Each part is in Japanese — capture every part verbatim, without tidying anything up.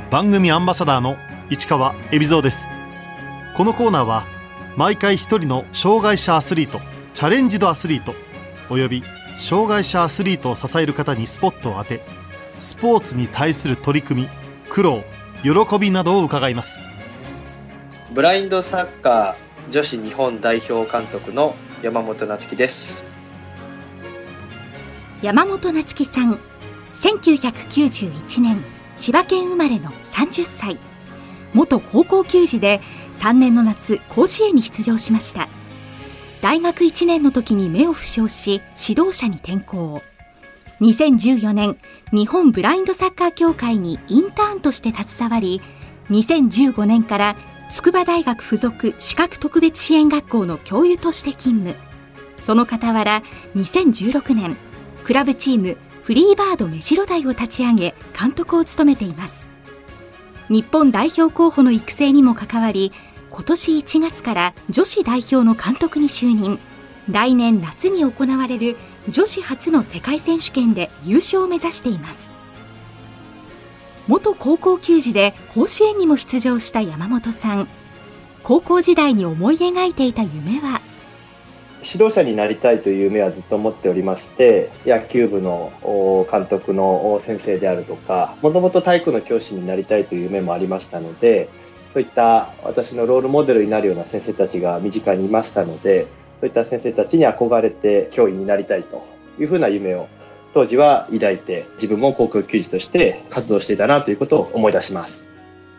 番組アンバサダーの市川海老蔵です。このコーナーは毎回一人の障害者アスリート、チャレンジドアスリートおよび障害者アスリートを支える方にスポットを当て、スポーツに対する取り組み、苦労、喜びなどを伺います。 ブラインドサッカー女子日本代表監督の山本夏樹です。 山本夏樹さん、せんきゅうひゃくきゅうじゅういちねん千葉県生まれのさんじゅっさい、元高校球児でさんねんの夏甲子園に出場しました。大学いちねんの時に目を負傷し指導者に転向。にせんじゅうよねん日本ブラインドサッカー協会にインターンとして携わり、にせんじゅうごねんから筑波大学附属視覚特別支援学校の教諭として勤務。その傍らにせんじゅうろくねんクラブチームフリーバード目白台を立ち上げ監督を務めています。日本代表候補の育成にも関わり、今年いちがつから女子代表の監督に就任。来年夏に行われる女子初の世界選手権で優勝を目指しています。元高校球児で甲子園にも出場した山本さん、高校時代に思い描いていた夢は？ 指導者になりたいという夢はずっと持っておりまして、野球部の監督の先生であるとか、もともと体育の教師になりたいという夢もありましたので、そういった私のロールモデルになるような先生たちが身近にいましたので、そういった先生たちに憧れて教員になりたいというふうな夢を当時は抱いて、自分も高校球児として活動していたなということを思い出します。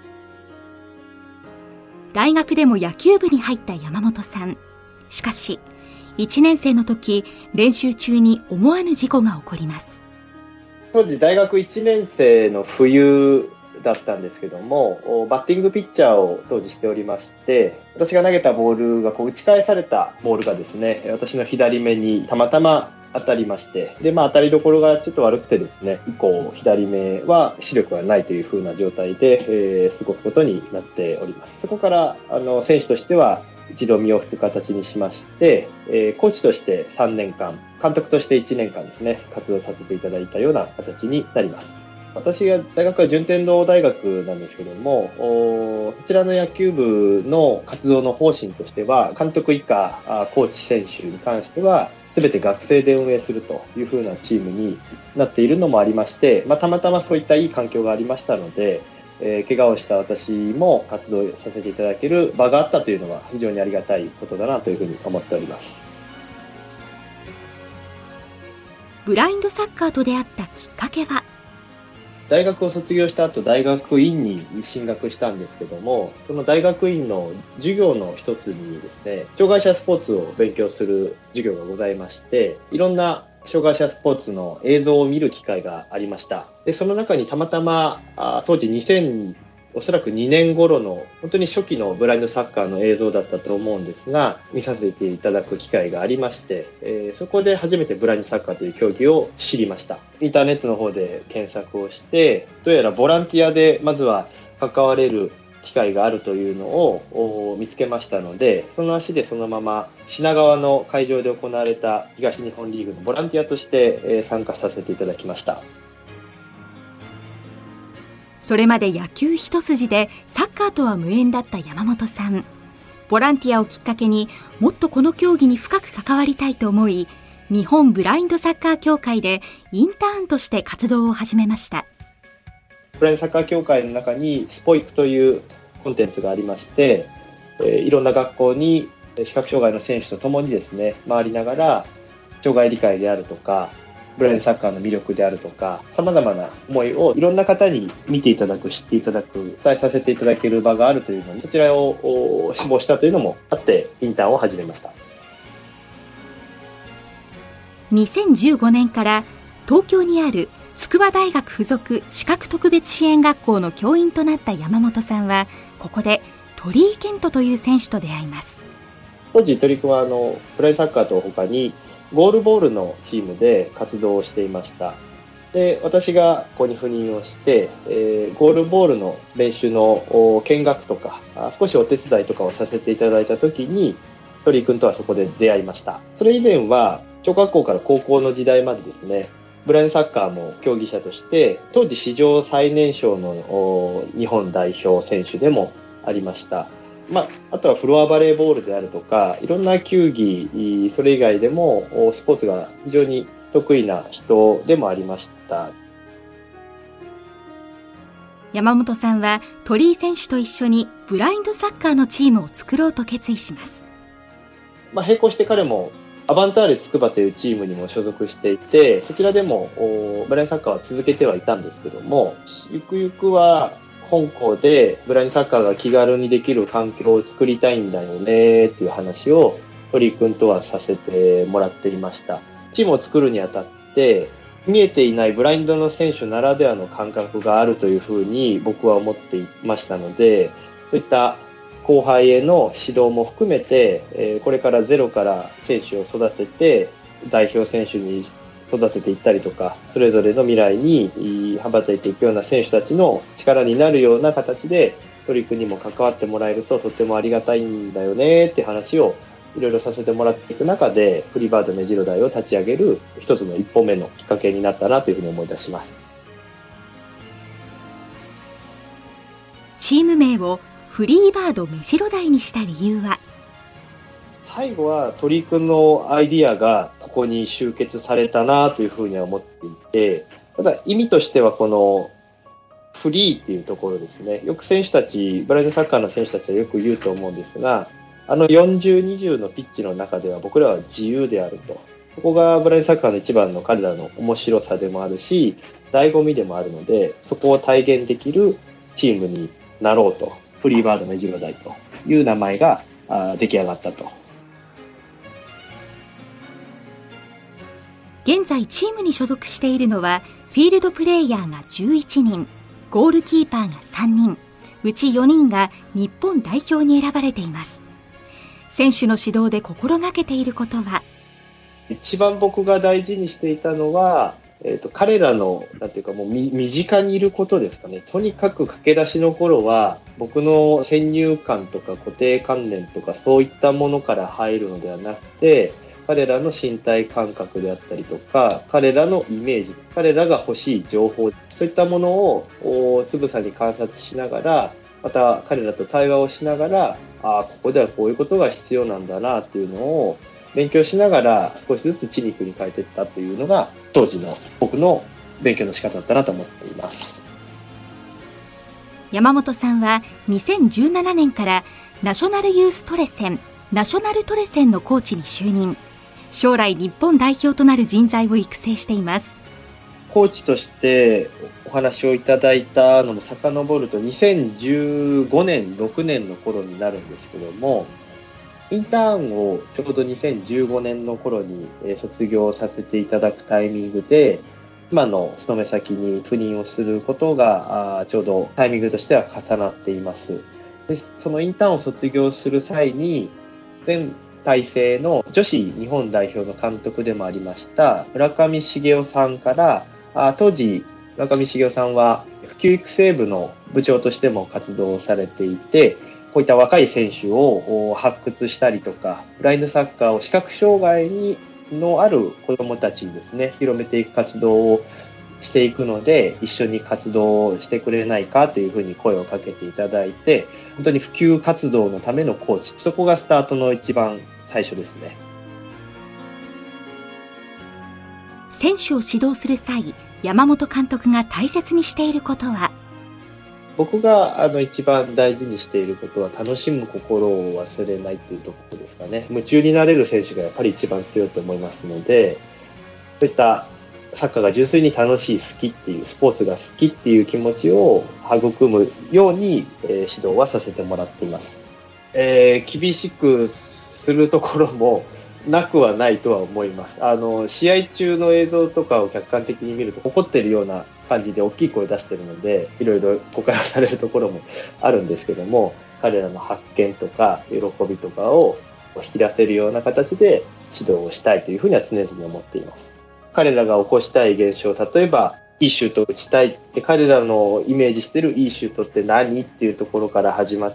大学でも野球部に入った山本さん。しかしいちねん生の時、練習中に思わぬ事故が起こります。 当時大学いちねん生の冬だったんですけども、バッティングピッチャーを当時しておりまして、私が投げたボールがこう打ち返されたボールがですね、私の左目にたまたま当たりまして、で、まあ当たりどころがちょっと悪くてですね、以降左目は視力がないという風な状態で、えー、過ごすことになっております。そこからあの選手としては一度身を引く形にしまして、えー、コーチとしてさんねんかん、監督としていちねんかんですね、活動させていただいたような形になります。私が大学は順天堂大学なんですけども、こちらの野球部の活動の方針としては、監督以下コーチ選手に関しては全て学生で運営するというふうなチームになっているのもありまして、まあ、たまたまそういったいい環境がありましたので、えー、怪我をした私も活動させていただける場があったというのは非常にありがたいことだなというふうに思っております。 ブラインドサッカーと出会ったきっかけは？ 大学を卒業した後、大学院に進学したんですけども、その大学院の授業の一つにですね、障害者スポーツを勉強する授業がございまして、いろんな障害者スポーツの映像を見る機会がありました。で、その中にたまたまあ当時にせんおそらくにねん頃の本当に初期のブラインドサッカーの映像だったと思うんですが、見させていただく機会がありまして、えー、そこで初めてブラインドサッカーという競技を知りました。インターネットの方で検索をして、どうやらボランティアでまずは関われる機会があるというのを見つけましたので、その足でそのまま品川の会場で行われた東日本リーグのボランティアとして参加させていただきました。 それまで野球一筋でサッカーとは無縁だった山本さん。ボランティアをきっかけにもっとこの競技に深く関わりたいと思い、日本ブラインドサッカー協会でインターンとして活動を始めました。 ブラインドサッカー協会の中にスポイクというコンテンツがありまして、えー、いろんな学校に視覚障害の選手とともにですね、回りながら障害理解であるとか、ブラインドサッカーの魅力であるとか、様々な思いをいろんな方に見ていただく、知っていただく、伝えさせていただける場があるというのに、そちらを志望したというのもあってインターンを始めました。 にせんじゅうごねんから東京にある筑波大学附属視覚特別支援学校の教員となった山本さんは、ここで鳥居健人という選手と出会います。 当時鳥居君はあのブラインドサッカーと他にゴールボールのチームで活動をしていました。で、私がここに赴任をして、えー、ゴールボールの練習の見学とか、少しお手伝いとかをさせていただいたときに、鳥居君とはそこで出会いました。それ以前は、小学校から高校の時代までですね、 ブラインドサッカーも競技者として、当時史上最年少の日本代表選手でもありました。まあ、あとはフロアバレーボールであるとか、いろんな球技、それ以外でもスポーツが非常に得意な人でもありました。 山本さんは鳥居選手と一緒にブラインドサッカーのチームを作ろうと決意します。 まあ、並行して彼もアバンターレつくばというチームにも所属していて、そちらでもブラインドサッカーは続けてはいたんですけども、ゆくゆくは本校でブラインドサッカーが気軽にできる環境を作りたいんだよねっていう話を鳥居君とはさせてもらっていました。チームを作るにあたって見えていないブラインドの選手ならではの感覚があるというふうに僕は思っていましたので、そういった後輩への指導も含めて、えー、これからゼロから選手を育てて代表選手に育てていったりとか、それぞれの未来に羽ばたいていくような選手たちの力になるような形で鳥居君にも関わってもらえるととてもありがたいんだよねって話をいろいろさせてもらっていく中で、フリーバード目白台を立ち上げる一つの一歩目のきっかけになったなというふうに思い出します。 チーム名をフリーバード目白台にした理由は、 最後は鳥居君のアイディアがここに集結されたなというふうには思っていて、ただ意味としてはこのフリーっていうところですね。よく選手たち、ブラインドサッカーの選手たちはよく言うと思うんですが、あのよんじゅう、にじゅうのピッチの中では僕らは自由であると。そこがブラインドサッカーの一番の彼らの面白さでもあるし、醍醐味でもあるので、そこを体現できるチームになろうと。フリーバード目白台という名前が出来上がったと。 現在チームに所属しているのはフィールドプレイヤーがじゅういちにん、ゴールキーパーがさんにん、うちよにんが日本代表に選ばれています。選手の指導で心がけていることは、 一番僕が大事にしていたのは、えーと、彼らのなんていうかもう身近にいることですかね。とにかく駆け出しの頃は僕の先入観とか固定観念とかそういったものから入るのではなくて、彼らの身体感覚であったりとか、彼らのイメージ、彼らが欲しい情報、そういったものをつぶさに観察しながら、また彼らと対話をしながら、ああここではこういうことが必要なんだなっていうのを勉強しながら少しずつ血肉に変えていったというのが当時の僕の勉強の仕方だったなと思っています。 山本さんはにせんじゅうななねんからナショナルユーストレセン、ナショナルトレセンのコーチに就任。将来日本代表となる人材を育成しています。 コーチとしてお話をいただいたのも遡るとにせんじゅうごねん、ろくねんの頃になるんですけども、インターンをちょうどにせんじゅうごねんの頃に卒業させていただくタイミングで、今の勤め先に赴任をすることがちょうどタイミングとしては重なっています。で、そのインターンを卒業する際に、全体制の女子日本代表の監督でもありました村上茂雄さんから、あ当時村上茂雄さんは普及育成部の部長としても活動されていて、こういった若い選手を発掘したりとか、ブラインドサッカーを視覚障害にのある子どもたちにですね、広めていく活動をしていくので、一緒に活動してくれないかというふうに声をかけていただいて、本当に普及活動のためのコーチ、そこがスタートの一番最初ですね。 選手を指導する際、山本監督が大切にしていることは、 僕があの一番大事にしていることは、楽しむ心を忘れないというところですかね。夢中になれる選手がやっぱり一番強いと思いますので、そういったサッカーが純粋に楽しい、好きっていう、スポーツが好きっていう気持ちを育むように、えー、指導はさせてもらっています。えー、厳しくするところもなくはないとは思います。あの試合中の映像とかを客観的に見ると怒ってるような感じで大きい声出してるので、いろいろ誤解されるところもあるんですけども、彼らの発見とか喜びとかを引き出せるような形で指導をしたいというふうには常々思っています。彼らが起こしたい現象、例えばいいシュートを打ちたいで、彼らのイメージしてるいいシュートって何っていうところから始まって、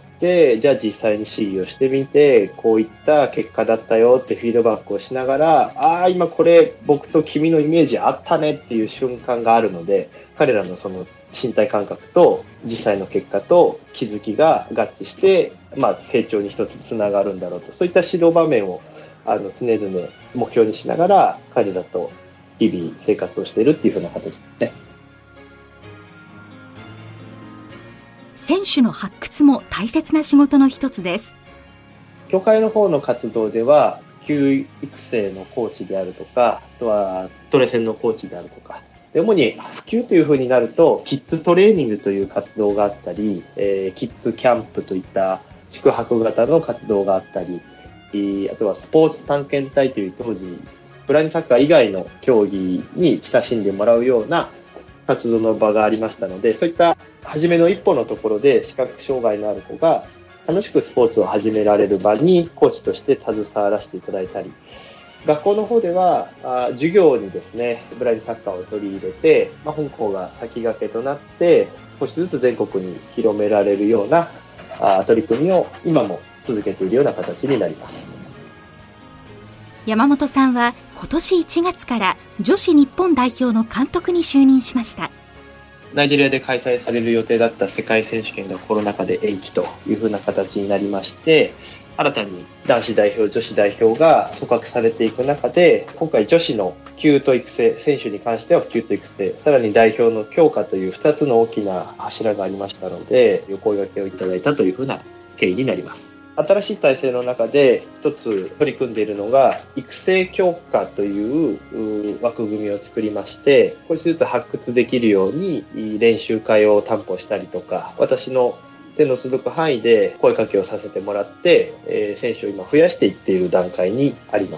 じゃあ実際に試技をしてみて、こういった結果だったよってフィードバックをしながら、ああ今これ僕と君のイメージあったねっていう瞬間があるので、彼らのその身体感覚と実際の結果と気づきが合致して、まあ、成長に一つつながるんだろうと、そういった指導場面をあの常々目標にしながら彼らと日々生活をしているっていう風な形ですね。 選手の発掘も大切な仕事の一つです。 協会の方の活動では、級育成のコーチであるとか、あとはトレセンのコーチであるとか、で主に普及という風になると、キッズトレーニングという活動があったり、えー、キッズキャンプといった宿泊型の活動があったり、あとはスポーツ探検隊という当時、ブラインドサッカー以外の競技に親しんでもらうような活動の場がありましたので、そういった初めの一歩のところで視覚障害のある子が楽しくスポーツを始められる場にコーチとして携わらせていただいたり、学校の方ではあ授業にですね、ブラインドサッカーを取り入れて、まあ、本校が先駆けとなって少しずつ全国に広められるようなあ取り組みを今も続けているような形になります。 山本さんは今年いちがつから女子日本代表の監督に就任しました。 ナイジェリアで開催される予定だった世界選手権がコロナ禍で延期というふうな形になりまして、新たに男子代表、女子代表が組閣されていく中で、今回女子の普及と育成、選手に関しては普及と育成、さらに代表の強化というふたつの大きな柱がありましたので、お声掛けをいただいたというふうな経緯になります。新しい体制の中で一つ取り組んでいるのが育成強化という枠組みを作りまして、少しずつ発掘できるように練習会を担保したりとか、私の手の届く範囲で声かけをさせてもらって、えー、選手を今増やしていっている段階にあります。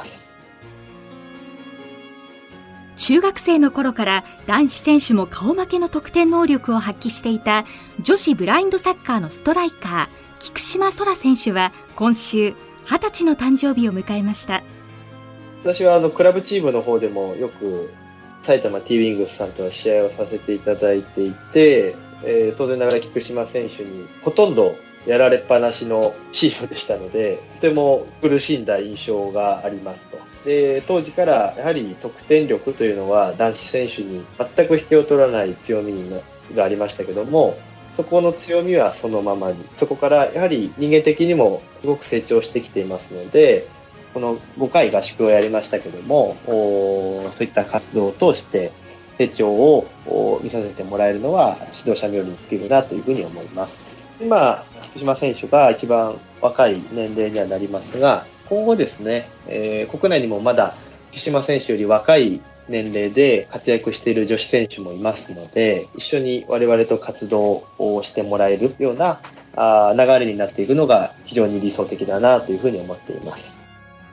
中学生の頃から男子選手も顔負けの得点能力を発揮していた女子ブラインドサッカーのストライカー、菊島空選手は今週はたちの誕生日を迎えました。 私はあのクラブチームの方でもよく埼玉 T ウィングスさんとは試合をさせていただいていて、えー、当然ながら菊島選手にほとんどやられっぱなしのチームでしたので、とても苦しんだ印象がありますと。で、当時からやはり得点力というのは男子選手に全く引けを取らない強みがありましたけども、そこの強みはそのままに、そこからやはり人間的にもすごく成長してきていますので、このごかい合宿をやりましたけども、そういった活動を通して成長を見させてもらえるのは指導者冥利に尽きるなというふうに思います。今、菊島選手が一番若い年齢にはなりますが、今後ですね、えー、国内にもまだ菊島選手より若い年齢で活躍している女子選手もいますので、一緒に我々と活動をしてもらえるようなあ流れになっていくのが非常に理想的だなというふうに思っています。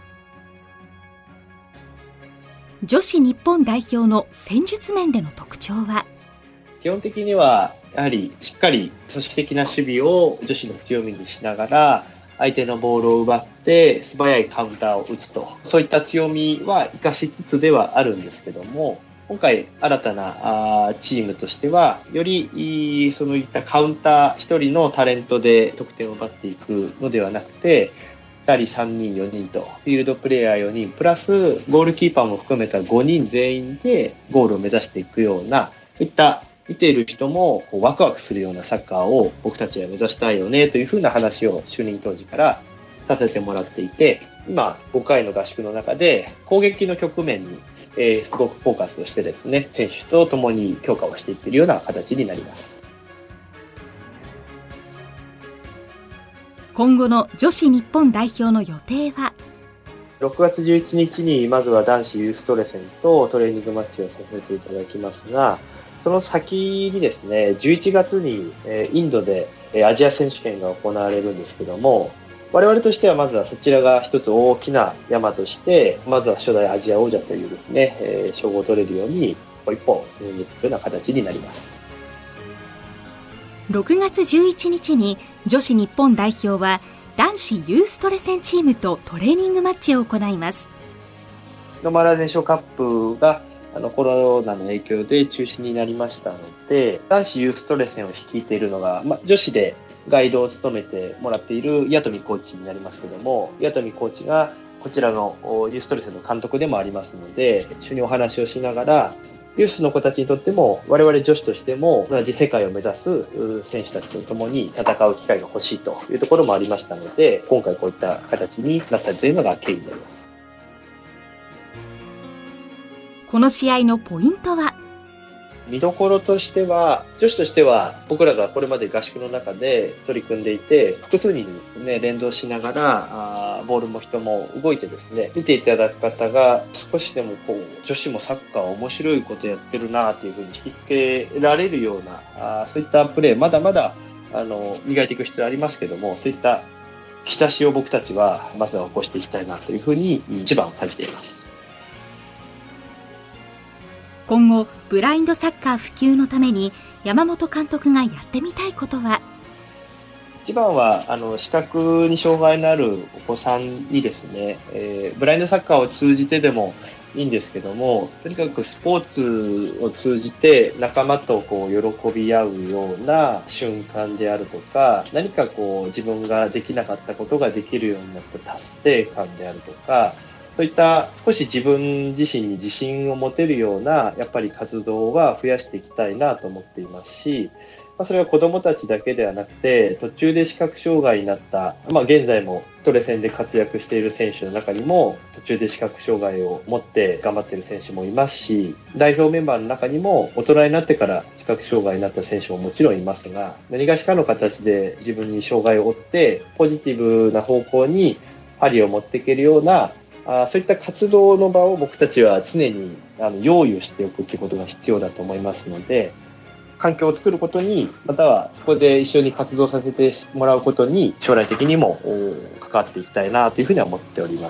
女子日本代表の戦術面での特徴は、 基本的にはやはりしっかり組織的な守備を女子の強みにしながら、相手のボールを奪って素早いカウンターを打つと、そういった強みは生かしつつではあるんですけども、今回新たなあチームとしてはよりそういったカウンター一人のタレントで得点を奪っていくのではなくて、ふたりさんにんよにんとフィールドプレーヤーよにんプラスゴールキーパーも含めたごにん全員でゴールを目指していくような、そういった見ている人もこうワクワクするようなサッカーを僕たちは目指したいよねというふうな話を就任当時からさせてもらっていて、今ごかいの合宿の中で攻撃の局面に、えー、すごくフォーカスをしてですね、選手と共に強化をしていっているような形になります。 今後の女子日本代表の予定は、 ろくがつじゅういちにちにまずは男子ユーストレセンとトレーニングマッチをさせていただきますが、その先にですね、じゅういちがつにインドでアジア選手権が行われるんですけども、我々としてはまずはそちらが一つ大きな山として、まずは初代アジア王者というですね、えー、称号を取れるように一歩一歩進んでいくような形になります。 ろくがつじゅういちにちに女子日本代表は男子ユーストレセンチームとトレーニングマッチを行います。 ノマラネーションカップがあのコロナの影響で中止になりましたので、男子ユーストレセンを率いているのが、まあ、女子でガイドを務めてもらっている岩富コーチになりますけども、岩富コーチがこちらのユーストレセンの監督でもありますので、一緒にお話をしながら、ユースの子たちにとっても我々女子としても同じ世界を目指す選手たちと共に戦う機会が欲しいというところもありましたので、今回こういった形になったというのが経緯になります。 この試合のポイントは？ 見どころとしては、女子としては僕らがこれまで合宿の中で取り組んでいて、複数人でですね、連動しながら、あボールも人も動いてですね、見ていただく方が少しでもこう、女子もサッカー面白いことやってるなというふうに引きつけられるような、あそういったプレー、まだまだあの磨いていく必要ありますけども、そういった兆しを僕たちはまずは起こしていきたいなというふうに一番感じています。 今後ブラインドサッカー普及のために山本監督がやってみたいことは？ 一番はあの視覚に障害のあるお子さんにですね、えー、ブラインドサッカーを通じてでもいいんですけども、とにかくスポーツを通じて仲間とこう喜び合うような瞬間であるとか、何かこう自分ができなかったことができるようになった達成感であるとか、そういった少し自分自身に自信を持てるようなやっぱり活動は増やしていきたいなと思っていますし、それは子どもたちだけではなくて、途中で視覚障害になった、まあ、現在もトレセンで活躍している選手の中にも途中で視覚障害を持って頑張っている選手もいますし、代表メンバーの中にも大人になってから視覚障害になった選手ももちろんいますが、何がしかの形で自分に障害を負ってポジティブな方向に針を持っていけるような、あそういった活動の場を僕たちは常にあの用意をしておくということが必要だと思いますので、環境を作ることに、またはそこで一緒に活動させてもらうことに将来的にも関わっていきたいなというふうには思っております。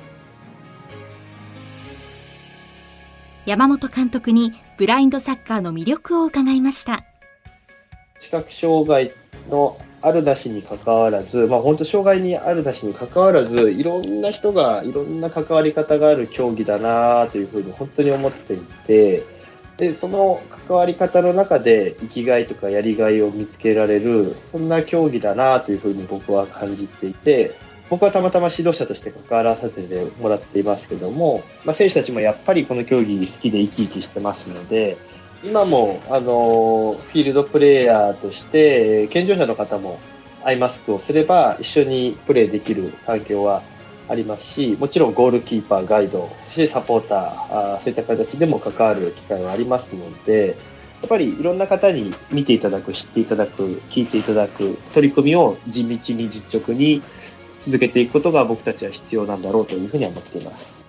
山本監督にブラインドサッカーの魅力を伺いました。 視覚障害のあるなしに関わらず、まあ、本当障害にあるなしに関わらず、いろんな人がいろんな関わり方がある競技だなというふうに本当に思っていて、でその関わり方の中で生きがいとかやりがいを見つけられる、そんな競技だなというふうに僕は感じていて、僕はたまたま指導者として関わらせてもらっていますけども、まあ、選手たちもやっぱりこの競技好きで生き生きしてますので、今もあのフィールドプレーヤーとして健常者の方もアイマスクをすれば一緒にプレーできる環境はありますし、もちろんゴールキーパー、ガイド、そしてサポーター、あそういった形でも関わる機会はありますので、やっぱりいろんな方に見ていただく、知っていただく、聞いていただく取り組みを地道に実直に続けていくことが僕たちは必要なんだろうというふうに思っています。